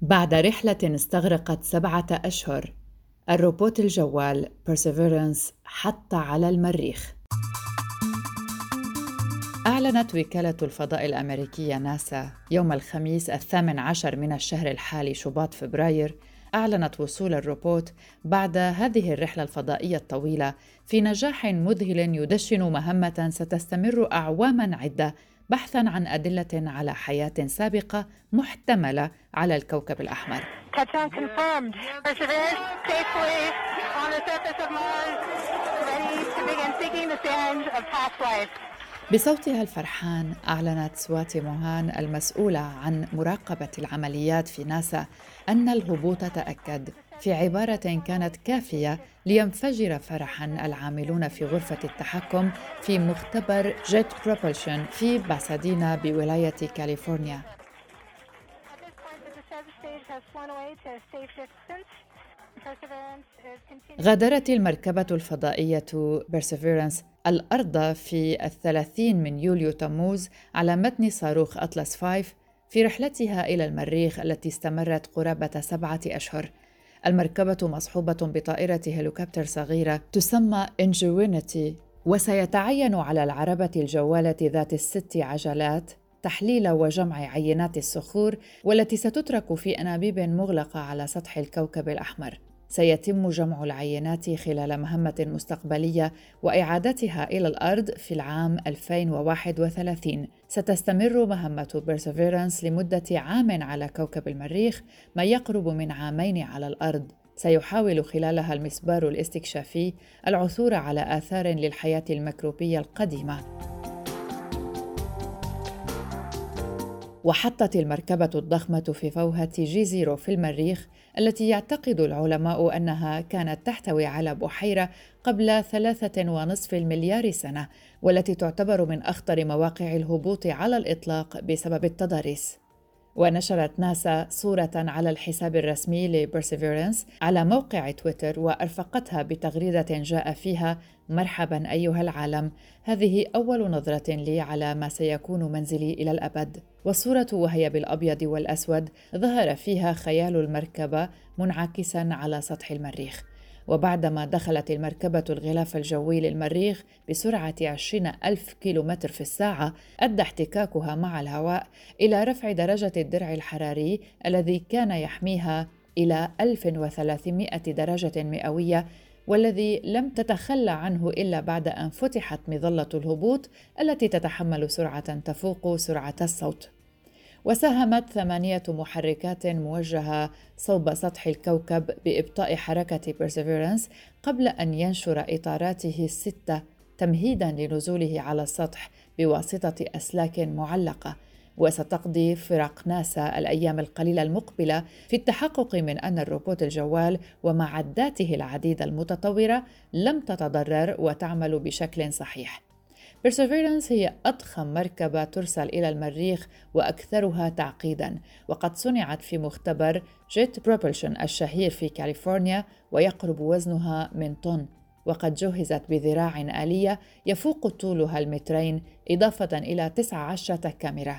بعد رحلة استغرقت 7 أشهر، الروبوت الجوال Perseverance حط على المريخ. أعلنت وكالة الفضاء الأمريكية ناسا يوم الخميس 18 من الشهر الحالي شباط فبراير، أعلنت وصول الروبوت بعد هذه الرحلة الفضائية الطويلة في نجاح مذهل يدشن مهمة ستستمر أعواماً عدة بحثاً عن أدلة على حياة سابقة محتملة على الكوكب الأحمر. Touchdown confirmed. Perseverance safely on the surface of Mars, ready to begin seeking the sands of past life. بصوتها الفرحان أعلنت سواتي موهان المسؤولة عن مراقبة العمليات في ناسا أن الهبوط تأكد، في عبارة كانت كافية لينفجر فرحاً العاملون في غرفة التحكم في مختبر جيت بروبلشن في باسادينا بولاية كاليفورنيا. At this point, the descent stage has flown away to a safe distance. Perseverance is continuing. غادرت المركبة الفضائية Perseverance الأرض في 30 من يوليو تموز على متن صاروخ أطلس 5 في رحلتها إلى المريخ التي استمرت قرابة 7 أشهر. المركبة مصحوبة بطائرة هليكوبتر صغيرة تسمى Ingenuity، وسيتعين على العربة الجوالة ذات ال6 عجلات تحليل وجمع عينات الصخور، والتي ستترك في أنابيب مغلقة على سطح الكوكب الأحمر. سيتم جمع العينات خلال مهمة مستقبلية وإعادتها إلى الأرض في العام 2031. ستستمر مهمة Perseverance لمدة عام على كوكب المريخ، ما يقرب من عامين على الأرض. سيحاول خلالها المسبار الاستكشافي العثور على آثار للحياة الميكروبية القديمة. وحطت المركبة الضخمة في فوهة G0 في المريخ، التي يعتقد العلماء أنها كانت تحتوي على بحيرة قبل 3.5 مليار سنة، والتي تعتبر من أخطر مواقع الهبوط على الإطلاق بسبب التضاريس. ونشرت ناسا صورة على الحساب الرسمي لبرسيفيرنس على موقع تويتر، وأرفقتها بتغريدة جاء فيها: مرحباً أيها العالم، هذه أول نظرة لي على ما سيكون منزلي إلى الأبد. والصورة وهي بالأبيض والأسود ظهر فيها خيال المركبة منعكساً على سطح المريخ. وبعدما دخلت المركبة الغلاف الجوي للمريخ بسرعة 20,000 كيلومتر في الساعة، أدى احتكاكها مع الهواء إلى رفع درجة الدرع الحراري الذي كان يحميها إلى 1300 درجة مئوية، والذي لم تتخلى عنه إلا بعد أن فتحت مظلة الهبوط التي تتحمل سرعة تفوق سرعة الصوت. وساهمت 8 محركات موجهة صوب سطح الكوكب بإبطاء حركة Perseverance قبل أن ينشر إطاراته ال6 تمهيداً لنزوله على السطح بواسطة أسلاك معلقة. وستقضي فرق ناسا الأيام القليلة المقبلة في التحقق من أن الروبوت الجوال ومعداته العديدة المتطورة لم تتضرر وتعمل بشكل صحيح. Perseverance هي أضخم مركبة ترسل إلى المريخ وأكثرها تعقيداً، وقد صنعت في مختبر جيت بروبلشن الشهير في كاليفورنيا، ويقرب وزنها من طن، وقد جهزت بذراع آلية يفوق طولها 2 متر، إضافة إلى 19 كاميرا.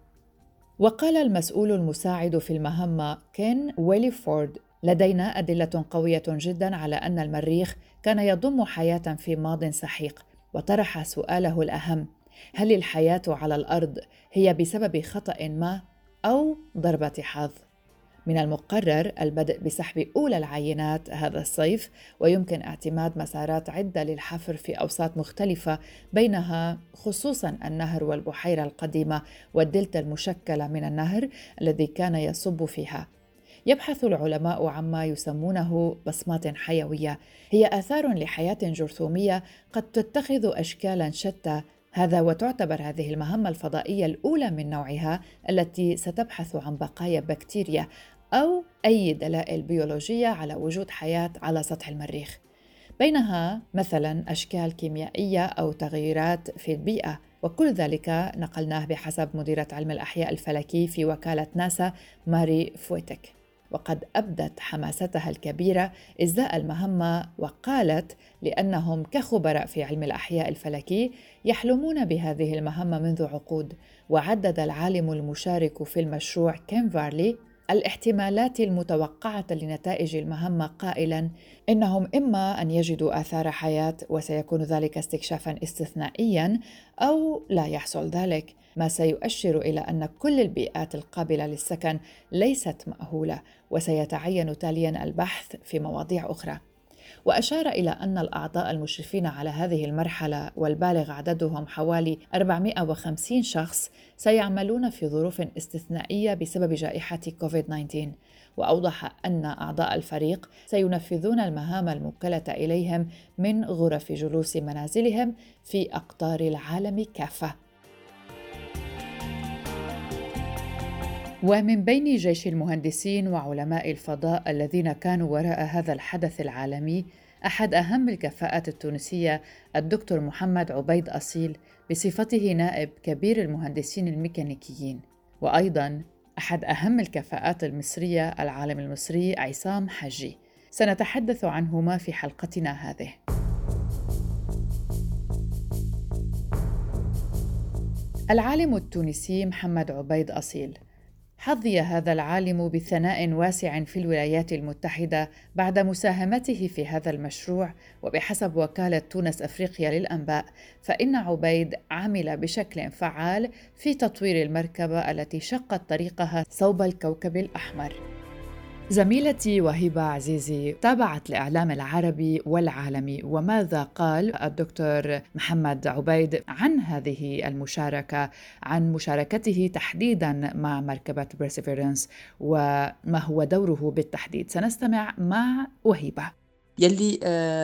وقال المسؤول المساعد في المهمة كين ويليفورد: لدينا أدلة قوية جداً على أن المريخ كان يضم حياة في ماضٍ سحيق. وطرح سؤاله الأهم: هل الحياة على الأرض هي بسبب خطأ ما أو ضربة حظ؟ من المقرر البدء بسحب أولى العينات هذا الصيف، ويمكن اعتماد مسارات عدة للحفر في أوساط مختلفة، بينها خصوصاً النهر والبحيرة القديمة والدلتا المشكلة من النهر الذي كان يصب فيها. يبحث العلماء عما يسمونه بصمات حيوية، هي آثار لحياة جرثومية قد تتخذ أشكالاً شتى. هذا وتعتبر هذه المهمة الفضائية الأولى من نوعها التي ستبحث عن بقايا بكتيريا أو أي دلائل بيولوجية على وجود حياة على سطح المريخ، بينها مثلاً أشكال كيميائية أو تغيرات في البيئة. وكل ذلك نقلناه بحسب مديرة علم الأحياء الفلكي في وكالة ناسا ماري فويتك. وقد أبدت حماستها الكبيرة إزاء المهمة، وقالت: لأنهم كخبراء في علم الأحياء الفلكي يحلمون بهذه المهمة منذ عقود. وعدد العالم المشارك في المشروع كين فارلي الاحتمالات المتوقعة لنتائج المهمة قائلاً إنهم إما أن يجدوا آثار حياة وسيكون ذلك استكشافاً استثنائياً أو لا يحصل ذلك، ما سيؤشر إلى أن كل البيئات القابلة للسكن ليست مأهولة وسيتعين تالياً البحث في مواضيع أخرى. وأشار إلى أن الأعضاء المشرفين على هذه المرحلة والبالغ عددهم حوالي 450 شخص سيعملون في ظروف استثنائية بسبب جائحة كوفيد-19، وأوضح أن أعضاء الفريق سينفذون المهام الموكلة إليهم من غرف جلوس منازلهم في أقطار العالم كافة. ومن بين جيش المهندسين وعلماء الفضاء الذين كانوا وراء هذا الحدث العالمي، أحد أهم الكفاءات التونسية الدكتور محمد عبيد أصيل بصفته نائب كبير المهندسين الميكانيكيين، وأيضاً أحد أهم الكفاءات المصرية العالم المصري عصام حجي. سنتحدث عنهما في حلقتنا هذه. العالم التونسي محمد عبيد أصيل حظي هذا العالم بثناء واسع في الولايات المتحدة بعد مساهمته في هذا المشروع، وبحسب وكالة تونس أفريقيا للأنباء فإن عبيد عمل بشكل فعال في تطوير المركبة التي شقت طريقها صوب الكوكب الأحمر. زميلتي وهبة عزيزي تابعت الإعلام العربي والعالمي، وماذا قال الدكتور محمد عبيد عن هذه المشاركة، عن مشاركته تحديداً مع مركبة بيرسيفيرنس وما هو دوره بالتحديد. سنستمع مع وهبة. يلي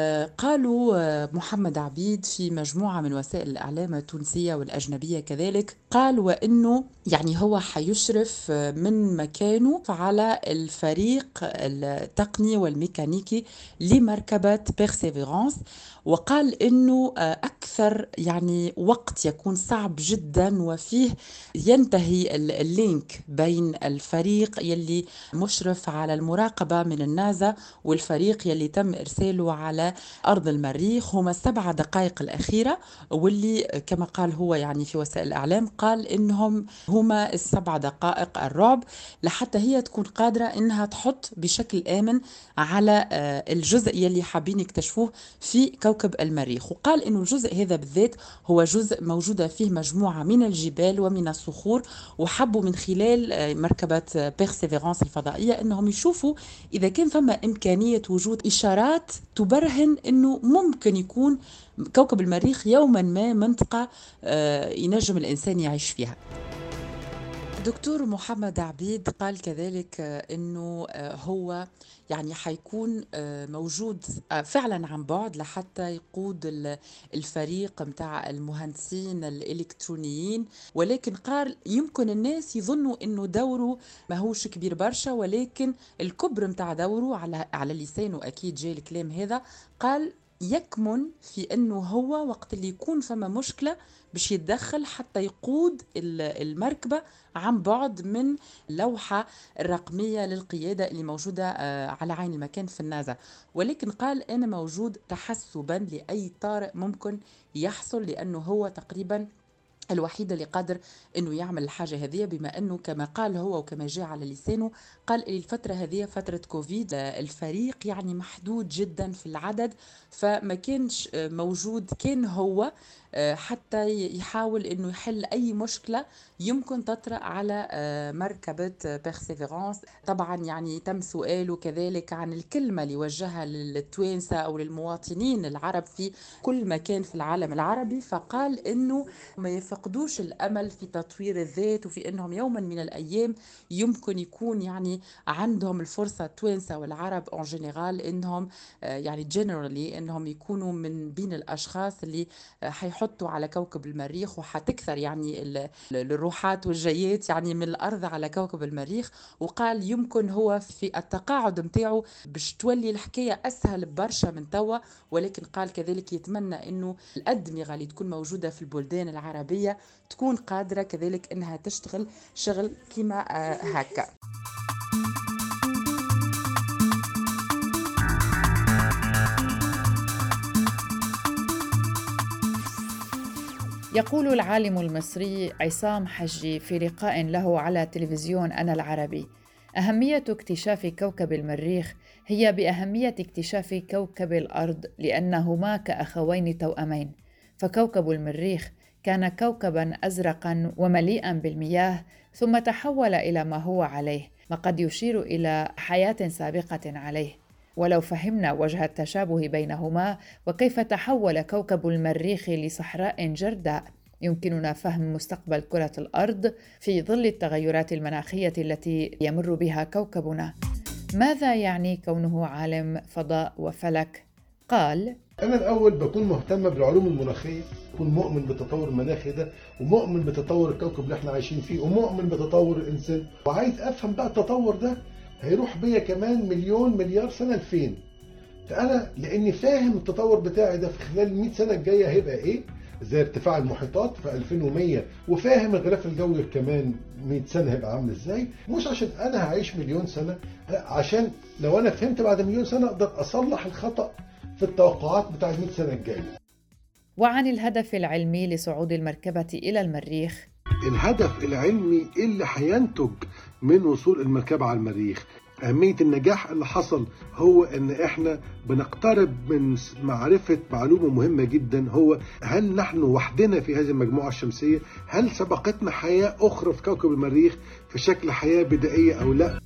قالوا محمد عبيد في مجموعة من وسائل الإعلام التونسية والأجنبية كذلك، قال وإنه يعني هو حيشرف من مكانه على الفريق التقني والميكانيكي لمركبة بيرسيفيرانس، وقال إنه أكثر يعني وقت يكون صعب جدا وفيه ينتهي اللينك بين الفريق يلي مشرف على المراقبة من النازا والفريق يلي تم إرساله على أرض المريخ، هما 7 دقائق الأخيرة، واللي كما قال هو يعني في وسائل الإعلام قال إنهم هما 7 دقائق الرعب لحتى هي تكون قادرة إنها تحط بشكل آمن على الجزء يلي حابين يكتشفوه في كوكب المريخ. وقال إنه الجزء هذا بالذات هو جزء موجودة فيه مجموعة من الجبال ومن الصخور، وحبوا من خلال مركبة بيرسيفيرانس الفضائية إنهم يشوفوا إذا كان ثم إمكانية وجود إشارات تبرهن إنه ممكن يكون كوكب المريخ يوما ما منطقة ينجم الإنسان يعيش فيها. دكتور محمد عبيد قال كذلك إنه هو يعني حيكون موجود فعلا عن بعد لحتى يقود الفريق متاع المهندسين الإلكترونيين، ولكن قال يمكن الناس يظنوا إنه دوره ما هوش كبير برشا، ولكن الكبر متاع دوره على لسانه أكيد جاي الكلام هذا، قال يكمن في أنه هو وقت اللي يكون فما مشكلة باش يتدخل حتى يقود المركبة عن بعد من اللوحة الرقمية للقيادة اللي موجودة على عين المكان في النازا. ولكن قال أنا موجود تحسبا لأي طارئ ممكن يحصل، لأنه هو تقريبا الوحيد اللي قادر انه يعمل الحاجه هذه، بما انه كما قال هو وكما جاء على لسانه قال الفتره هذه فتره كوفيد الفريق يعني محدود جدا في العدد، فما كانش موجود كان هو حتى يحاول انه يحل اي مشكله يمكن تطرأ على مركبه بيرسيفيرانس. طبعا يعني تم سؤاله كذلك عن الكلمه اللي وجهها للتوانسه او للمواطنين العرب في كل مكان في العالم العربي، فقال انه ما يفقدوش الامل في تطوير الذات وفي انهم يوما من الايام يمكن يكون يعني عندهم الفرصه التوانسه والعرب اون جينيرال انهم يعني جنرالي انهم يكونوا من بين الاشخاص اللي حيحطوا على كوكب المريخ، وحتكثر يعني الروحات والجيات يعني من الارض على كوكب المريخ. وقال يمكن هو في التقاعد متاعه باش تولي الحكايه اسهل برشا من توا، ولكن قال كذلك يتمنى انه الادمغه اللي تكون موجوده في البلدان العربيه تكون قادره كذلك انها تشتغل شغل كما هكا. يقول العالم المصري عصام حجي في لقاء له على تلفزيون أنا العربي أهمية اكتشاف كوكب المريخ هي بأهمية اكتشاف كوكب الأرض، لأنهما كأخوين توأمين. فكوكب المريخ كان كوكباً أزرقاً ومليئاً بالمياه، ثم تحول إلى ما هو عليه، ما قد يشير إلى حياة سابقة عليه. ولو فهمنا وجه التشابه بينهما وكيف تحول كوكب المريخ لصحراء جرداء، يمكننا فهم مستقبل كرة الأرض في ظل التغيرات المناخية التي يمر بها كوكبنا. ماذا يعني كونه عالم فضاء وفلك؟ قال: أنا الأول بكون مهتم بالعلوم المناخية، بكون مؤمن بالتطور المناخي ده، ومؤمن بتطور الكوكب اللي احنا عايشين فيه، ومؤمن بتطور الإنسان، وعايز أفهم بقى التطور ده هيروح بيا كمان مليون مليار سنة لفين. فأنا لأني فاهم التطور بتاعي ده في خلال 100 سنة الجاية هيبقى إيه، زي ارتفاع المحيطات في 2100، وفاهم الغلاف الجوي كمان 100 سنة هيبقى عامل إزاي، مش عشان أنا هعيش مليون سنة، عشان لو أنا فهمت بعد مليون سنة أقدر أصلح الخطأ في التوقعات بتاع 100 سنة الجاية. وعن الهدف العلمي لصعود المركبة إلى المريخ: الهدف العلمي اللي هينتج من وصول المركبة على المريخ، أهمية النجاح اللي حصل هو إن إحنا بنقترب من معرفة معلومة مهمة جدا، هو هل نحن وحدنا في هذه المجموعة الشمسية؟ هل سبقتنا حياة أخرى في كوكب المريخ في شكل حياة بدائية أو لا؟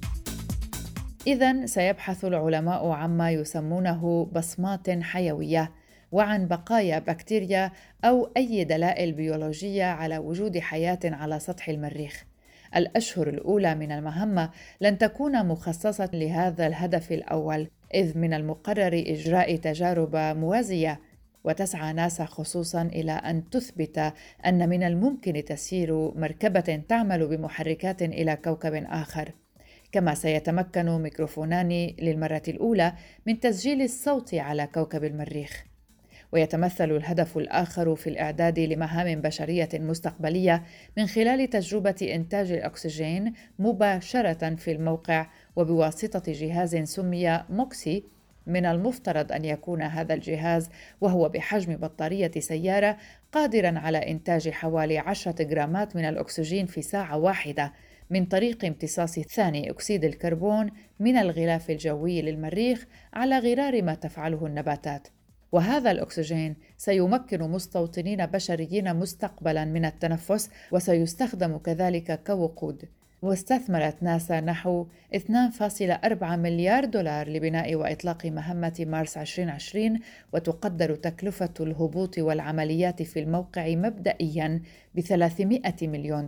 إذن سيبحث العلماء عما يسمونه بصمات حيوية، وعن بقايا بكتيريا أو أي دلائل بيولوجية على وجود حياة على سطح المريخ. الأشهر الأولى من المهمة لن تكون مخصصة لهذا الهدف الأول، إذ من المقرر إجراء تجارب موازية، وتسعى ناسا خصوصاً إلى أن تثبت أن من الممكن تسيير مركبة تعمل بمحركات إلى كوكب آخر. كما سيتمكن ميكروفونان للمرة الأولى من تسجيل الصوت على كوكب المريخ. ويتمثل الهدف الآخر في الإعداد لمهام بشرية مستقبلية من خلال تجربة إنتاج الأكسجين مباشرة في الموقع وبواسطة جهاز سمي موكسي. من المفترض أن يكون هذا الجهاز، وهو بحجم بطارية سيارة، قادراً على إنتاج حوالي 10 جرامات من الأكسجين في ساعة واحدة، من طريق امتصاص ثاني أكسيد الكربون من الغلاف الجوي للمريخ على غرار ما تفعله النباتات. وهذا الأكسجين سيمكن مستوطنين بشريين مستقبلاً من التنفس، وسيستخدم كذلك كوقود. واستثمرت ناسا نحو 2.4 مليار دولار لبناء وإطلاق مهمة مارس 2020، وتقدر تكلفة الهبوط والعمليات في الموقع مبدئياً ب$300 مليون.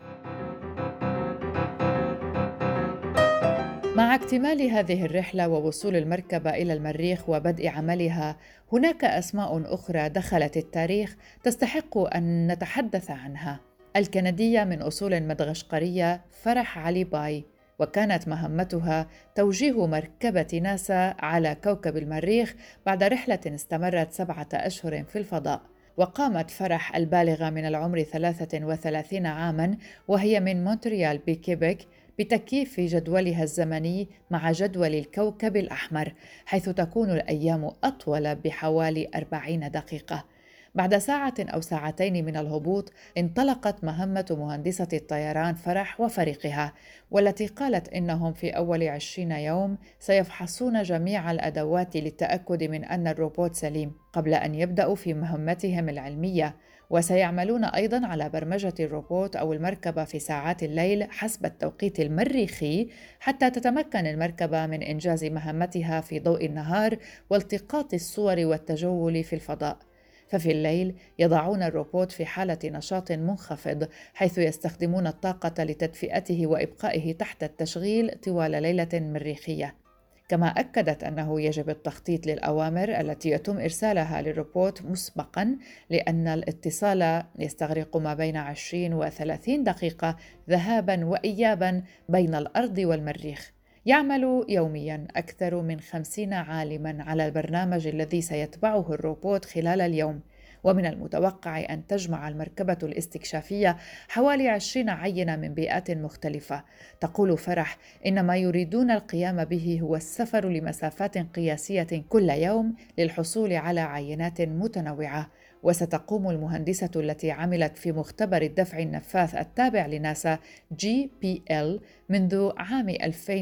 مع اكتمال هذه الرحلة ووصول المركبة إلى المريخ وبدء عملها، هناك أسماء أخرى دخلت التاريخ تستحق أن نتحدث عنها. الكندية من أصول مدغشقرية فرح علي باي، وكانت مهمتها توجيه مركبة ناسا على كوكب المريخ بعد رحلة استمرت 7 أشهر في الفضاء. وقامت فرح البالغة من العمر 33 عاماً، وهي من مونتريال بكيبك، بتكييف جدولها الزمني مع جدول الكوكب الأحمر، حيث تكون الأيام أطول بحوالي 40 دقيقة. بعد ساعة أو ساعتين من الهبوط، انطلقت مهمة مهندسة الطيران فرح وفريقها، والتي قالت إنهم في أول 20 يوم سيفحصون جميع الأدوات للتأكد من أن الروبوت سليم قبل أن يبدأوا في مهمتهم العلمية. وسيعملون أيضاً على برمجة الروبوت أو المركبة في ساعات الليل حسب التوقيت المريخي، حتى تتمكن المركبة من إنجاز مهمتها في ضوء النهار والتقاط الصور والتجول في الفضاء. ففي الليل يضعون الروبوت في حالة نشاط منخفض، حيث يستخدمون الطاقة لتدفئته وإبقائه تحت التشغيل طوال ليلة مريخية. كما أكدت أنه يجب التخطيط للأوامر التي يتم إرسالها للروبوت مسبقاً، لأن الاتصال يستغرق ما بين 20 و30 دقيقة ذهاباً وإياباً بين الأرض والمريخ. يعمل يومياً أكثر من 50 عالماً على البرنامج الذي سيتبعه الروبوت خلال اليوم، ومن المتوقع أن تجمع المركبة الاستكشافية حوالي 20 عينة من بيئات مختلفة. تقول فرح إن ما يريدون القيام به هو السفر لمسافات قياسية كل يوم للحصول على عينات متنوعة، وستقوم المهندسة التي عملت في مختبر الدفع النفاث التابع لناسا JPL منذ عام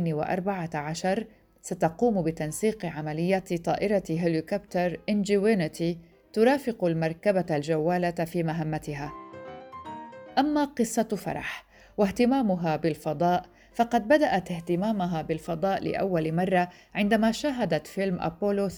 2014 ستقوم بتنسيق عمليات طائرة هليكوبتر إنجيوينيتي ترافق المركبة الجوالة في مهمتها. أما قصة فرح واهتمامها بالفضاء، فقد بدأت اهتمامها بالفضاء لأول مرة عندما شاهدت فيلم أبولو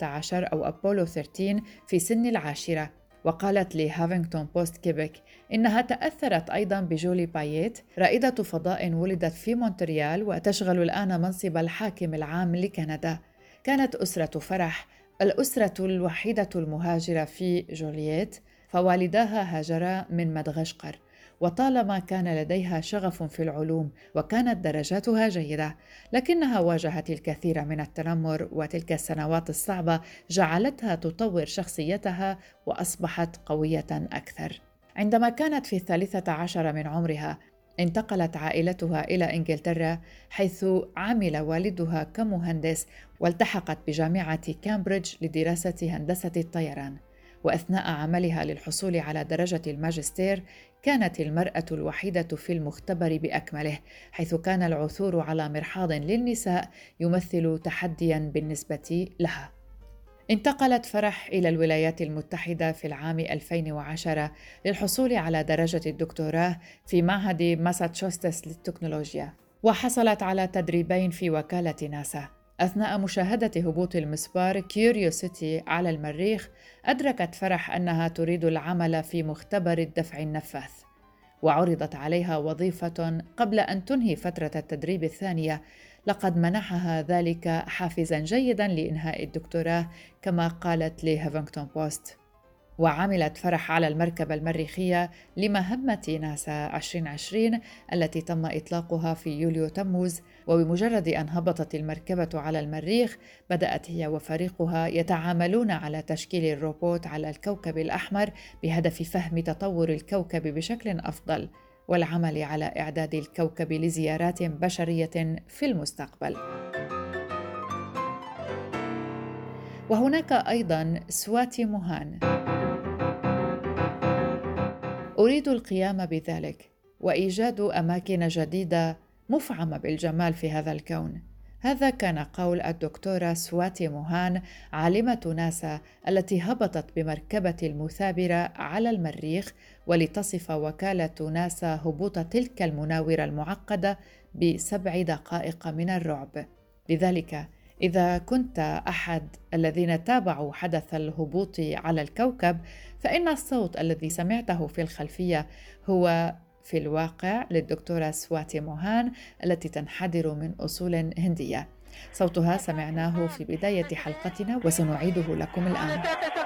13 أو أبولو 13 في سن 10، وقالت لهافينغتون بوست كيبك إنها تأثرت أيضاً بجولي باييت، رائدة فضاء ولدت في مونتريال وتشغل الآن منصب الحاكم العام لكندا. كانت أسرة فرح الأسرة الوحيدة المهاجرة في جولييت، فوالداها هاجرا من مدغشقر، وطالما كان لديها شغف في العلوم وكانت درجاتها جيدة، لكنها واجهت الكثير من التنمر، وتلك السنوات الصعبة جعلتها تطور شخصيتها وأصبحت قوية أكثر. عندما كانت في 13 من عمرها انتقلت عائلتها إلى إنجلترا، حيث عمل والدها كمهندس، والتحقت بجامعة كامبريدج لدراسة هندسة الطيران. وأثناء عملها للحصول على درجة الماجستير كانت المرأة الوحيدة في المختبر بأكمله، حيث كان العثور على مرحاض للنساء يمثل تحدياً بالنسبة لها. انتقلت فرح إلى الولايات المتحدة في العام 2010 للحصول على درجة الدكتوراه في معهد ماساتشوستس للتكنولوجيا، وحصلت على تدريبين في وكالة ناسا. أثناء مشاهدة هبوط المسبار كيوريوسيتي على المريخ، أدركت فرح أنها تريد العمل في مختبر الدفع النفاث، وعرضت عليها وظيفة قبل أن تنهي فترة التدريب الثانية. لقد منحها ذلك حافزاً جيداً لإنهاء الدكتوراه، كما قالت لهافينغتون بوست. وعملت فرح على المركبة المريخية لمهمة ناسا 2020 التي تم إطلاقها في يوليو تموز، وبمجرد أن هبطت المركبة على المريخ بدأت هي وفريقها يتعاملون على تشكيل الروبوت على الكوكب الأحمر بهدف فهم تطور الكوكب بشكل أفضل، والعمل على إعداد الكوكب لزيارات بشرية في المستقبل. وهناك أيضاً سواتي موهان. أريد القيام بذلك وإيجاد أماكن جديدة مفعمة بالجمال في هذا الكون. هذا كان قول الدكتورة سواتي موهان، عالمة ناسا التي هبطت بمركبة المثابرة على المريخ ولتصف وكالة ناسا هبوط تلك المناورة المعقدة ب7 دقائق من الرعب. لذلك إذا كنت أحد الذين تابعوا حدث الهبوط على الكوكب، فإن الصوت الذي سمعته في الخلفية هو في الواقع للدكتورة سواتي موهان التي تنحدر من أصول هندية. صوتها سمعناه في بداية حلقتنا وسنعيده لكم الآن.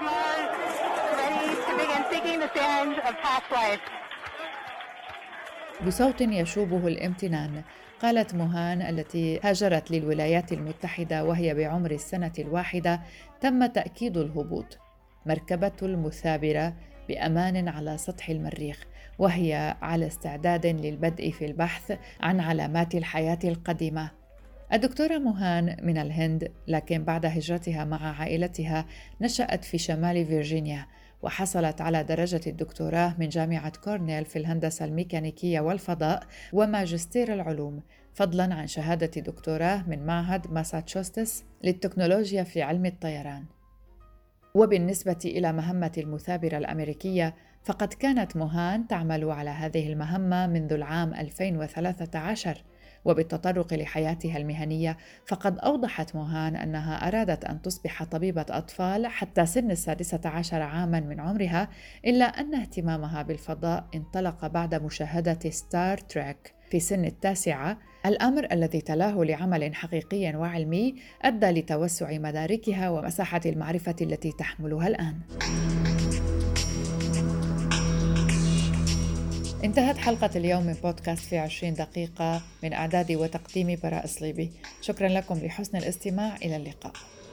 بصوت يشوبه الامتنان قالت موهان التي هاجرت للولايات المتحدة وهي بعمر 1 تم تأكيد الهبوط. مركبة المثابرة بأمان على سطح المريخ، وهي على استعداد للبدء في البحث عن علامات الحياة القديمة. الدكتورة موهان من الهند، لكن بعد هجرتها مع عائلتها نشأت في شمال فيرجينيا، وحصلت على درجة الدكتوراه من جامعة كورنيل في الهندسة الميكانيكية والفضاء وماجستير العلوم، فضلاً عن شهادة دكتوراه من معهد ماساتشوستس للتكنولوجيا في علم الطيران. وبالنسبة إلى مهمة المثابرة الأمريكية، فقد كانت موهان تعمل على هذه المهمة منذ العام 2013، وبالتطرق لحياتها المهنية فقد أوضحت موهان أنها أرادت أن تصبح طبيبة أطفال حتى سن 16 عاماً من عمرها، إلا أن اهتمامها بالفضاء انطلق بعد مشاهدة ستار تريك في سن 9، الأمر الذي تلاه لعمل حقيقي وعلمي أدى لتوسع مداركها ومساحة المعرفة التي تحملها الآن. انتهت حلقة اليوم من بودكاست في 20 دقيقة من إعداد وتقديم براء صليبي. شكرا لكم لحسن الاستماع، إلى اللقاء.